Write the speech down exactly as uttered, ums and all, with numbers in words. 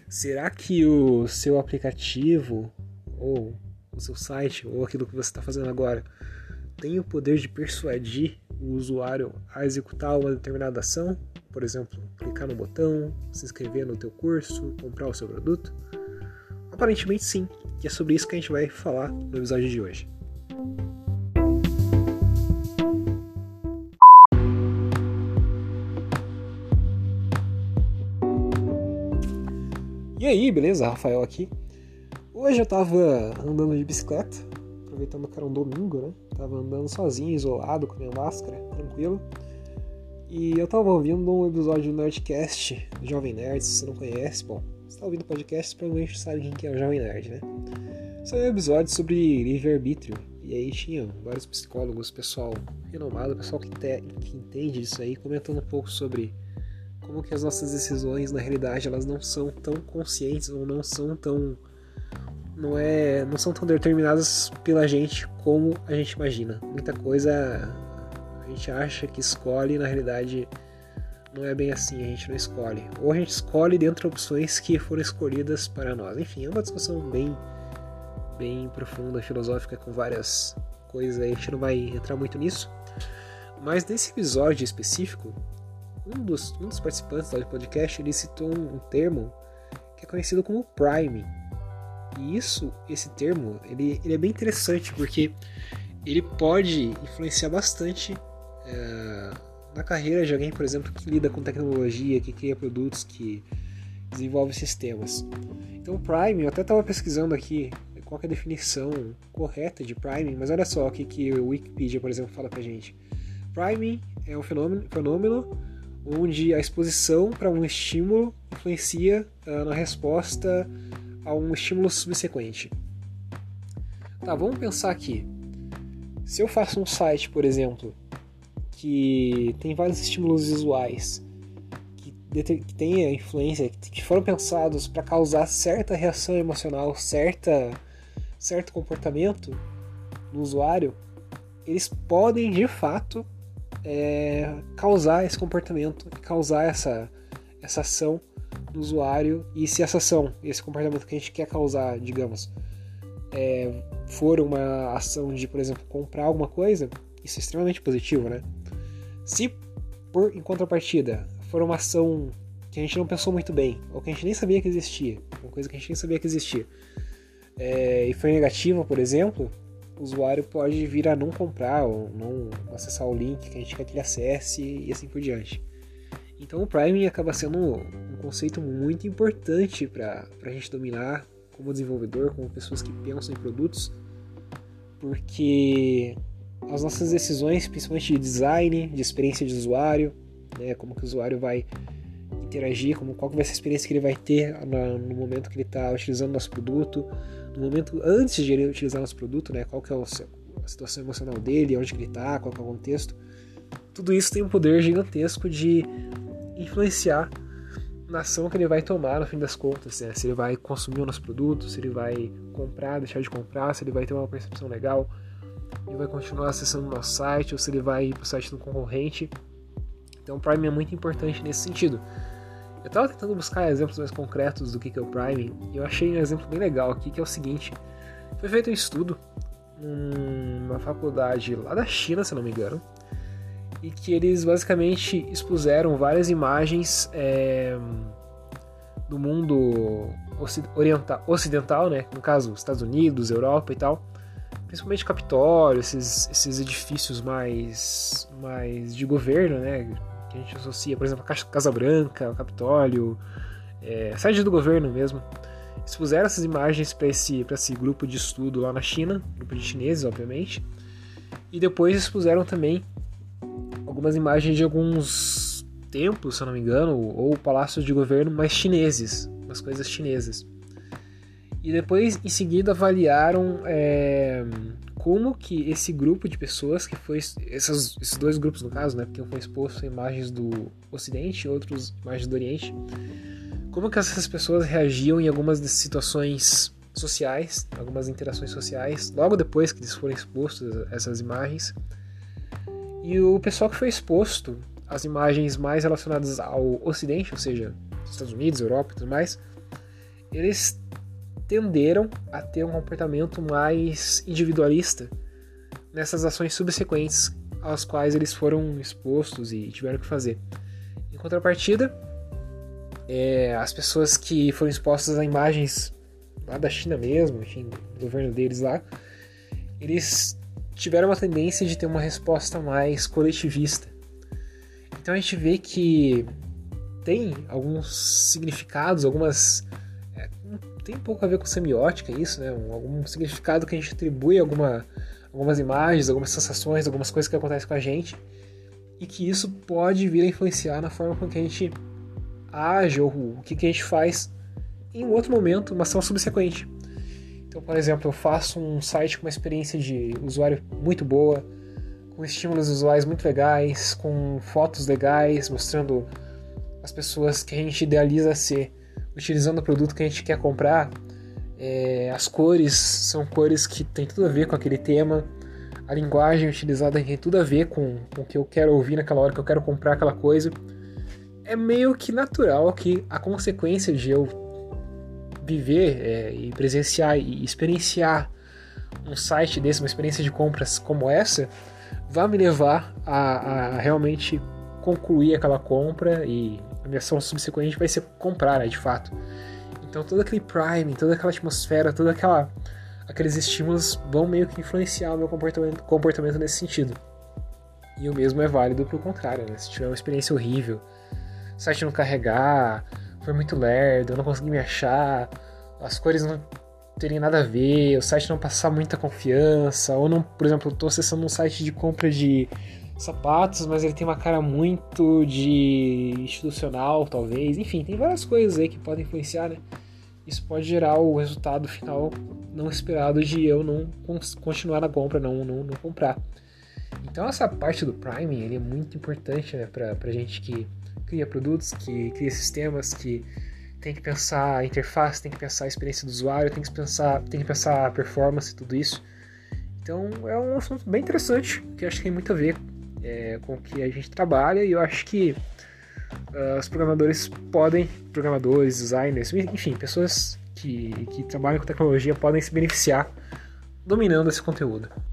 Será que o seu aplicativo, ou o seu site, ou aquilo que você está fazendo agora, tem o poder de persuadir o usuário a executar uma determinada ação? Por exemplo, clicar no botão, se inscrever no teu curso, comprar o seu produto? Aparentemente sim, e é sobre isso que a gente vai falar no episódio de hoje. E aí, beleza? Rafael aqui. Hoje eu tava andando de bicicleta, aproveitando que era um domingo, né? Tava andando sozinho, isolado, com minha máscara, tranquilo. E eu tava ouvindo um episódio do Nerdcast, do Jovem Nerd, se você não conhece. Bom, você tá ouvindo podcast, provavelmente sabe quem que é o Jovem Nerd, né? Esse é um episódio sobre livre-arbítrio. E aí tinha vários psicólogos, pessoal renomado, pessoal que, te, que entende disso aí, comentando um pouco sobre como que as nossas decisões, na realidade, elas não são tão conscientes ou não são tão não é, não são tão determinadas pela gente como a gente imagina. Muita coisa a gente acha que escolhe, na realidade não é bem assim, a gente não escolhe. Ou a gente escolhe dentro de opções que foram escolhidas para nós. Enfim, é uma discussão bem, bem profunda, filosófica, com várias coisas aí, a gente não vai entrar muito nisso. Mas nesse episódio específico, Um dos, um dos participantes do podcast, ele citou um, um termo que é conhecido como Prime. E isso, esse termo, ele, ele é bem interessante porque ele pode influenciar bastante é, na carreira de alguém, por exemplo, que lida com tecnologia, que cria produtos, que desenvolve sistemas. Então o Prime, eu até estava pesquisando aqui qual que é a definição correta de Prime, mas olha só o que, que o Wikipedia, por exemplo, fala pra gente. Prime é um fenômeno, fenômeno onde a exposição para um estímulo influencia uh, na resposta a um estímulo subsequente. Tá, vamos pensar aqui. Se eu faço um site, por exemplo, que tem vários estímulos visuais, que, que tem a influência, que foram pensados para causar certa reação emocional, certa, certo comportamento no usuário, eles podem, de fato, É, causar esse comportamento, causar essa, essa ação no usuário. E se essa ação, esse comportamento que a gente quer causar, digamos, é, for uma ação de, por exemplo, comprar alguma coisa, isso é extremamente positivo, né? Se, por, em contrapartida, for uma ação que a gente não pensou muito bem, ou que a gente nem sabia que existia, uma coisa que a gente nem sabia que existia, é, e foi negativa, por exemplo, o usuário pode vir a não comprar ou não acessar o link que a gente quer que ele acesse e assim por diante. Então o Prime acaba sendo um conceito muito importante para a gente dominar como desenvolvedor, como pessoas que pensam em produtos, porque as nossas decisões, principalmente de design, de experiência de usuário, né, como que o usuário vai interagir, como, qual que vai ser a experiência que ele vai ter na, no momento que ele está utilizando nosso produto, no momento antes de ele utilizar nosso produto, né, qual que é o, a situação emocional dele, onde que ele está, qual que é o contexto. Tudo isso tem um poder gigantesco de influenciar na ação que ele vai tomar no fim das contas, né? Se ele vai consumir o nosso produto, se ele vai comprar, deixar de comprar, se ele vai ter uma percepção legal, ele vai continuar acessando o nosso site, ou se ele vai ir para o site do concorrente. Então o Prime é muito importante nesse sentido. Eu estava tentando buscar exemplos mais concretos do que é o Prime, e eu achei um exemplo bem legal aqui, que é o seguinte. Foi feito um estudo numa faculdade lá da China, se não me engano, e que eles basicamente expuseram várias imagens é, do mundo oriental, ocidental, né? No caso, Estados Unidos, Europa e tal, principalmente Capitólio, esses, esses edifícios mais, mais de governo, né? Que a gente associa, por exemplo, a Casa Branca, o Capitólio, é, a sede do governo mesmo. Expuseram essas imagens para esse, para esse grupo de estudo lá na China, grupo de chineses, obviamente, e depois expuseram também algumas imagens de alguns templos, se eu não me engano, ou palácios de governo mais chineses, umas coisas chinesas. E depois, em seguida, avaliaram é, como que esse grupo de pessoas, que foi esses, esses dois grupos no caso, né, porque um foi exposto a imagens do Ocidente e outros imagens do Oriente, como que essas pessoas reagiam em algumas situações sociais, algumas interações sociais, logo depois que eles foram expostos a essas imagens. E o pessoal que foi exposto às imagens mais relacionadas ao Ocidente, ou seja, Estados Unidos, Europa e tudo mais, eles tenderam a ter um comportamento mais individualista nessas ações subsequentes às quais eles foram expostos e tiveram que fazer. Em contrapartida, é, as pessoas que foram expostas a imagens lá da China mesmo, enfim, do governo deles lá, eles tiveram uma tendência de ter uma resposta mais coletivista. Então a gente vê que tem alguns significados, algumas... É, tem um pouco a ver com semiótica isso, né? Um, algum significado que a gente atribui a alguma, algumas imagens, algumas sensações, algumas coisas que acontecem com a gente, e que isso pode vir a influenciar na forma com que a gente age ou o que, que a gente faz em um outro momento, uma ação subsequente. Então, por exemplo, eu faço um site com uma experiência de usuário muito boa, com estímulos visuais muito legais, com fotos legais, mostrando as pessoas que a gente idealiza ser, utilizando o produto que a gente quer comprar. É, as cores são cores que tem tudo a ver com aquele tema, a linguagem utilizada tem tudo a ver com, com o que eu quero ouvir naquela hora que eu quero comprar aquela coisa. É meio que natural que a consequência de eu viver é, e presenciar e experienciar um site desse, uma experiência de compras como essa, vai me levar a, a realmente concluir aquela compra, e a minha ação subsequente vai ser comprar, né, de fato. Então todo aquele priming, toda aquela atmosfera, toda aquela aqueles estímulos vão meio que influenciar o meu comportamento, comportamento nesse sentido. E o mesmo é válido pro contrário, né? Se tiver uma experiência horrível, o site não carregar, foi muito lerdo, eu não consegui me achar, as cores não terem nada a ver, o site não passar muita confiança, ou não, por exemplo, eu tô acessando um site de compra de sapatos, mas ele tem uma cara muito de institucional, talvez, enfim, tem várias coisas aí que podem influenciar, né? Isso pode gerar o resultado final não esperado de eu não continuar na compra, não, não, não comprar. Então essa parte do priming, ele é muito importante, né, pra, pra gente que cria produtos, que cria sistemas, que tem que pensar a interface, tem que pensar a experiência do usuário, tem que pensar, tem que pensar a performance e tudo isso. Então é um assunto bem interessante, que eu acho que tem muito a ver é, com o que a gente trabalha, e eu acho que uh, os programadores podem, programadores, designers, enfim, pessoas que, que trabalham com tecnologia podem se beneficiar dominando esse conteúdo.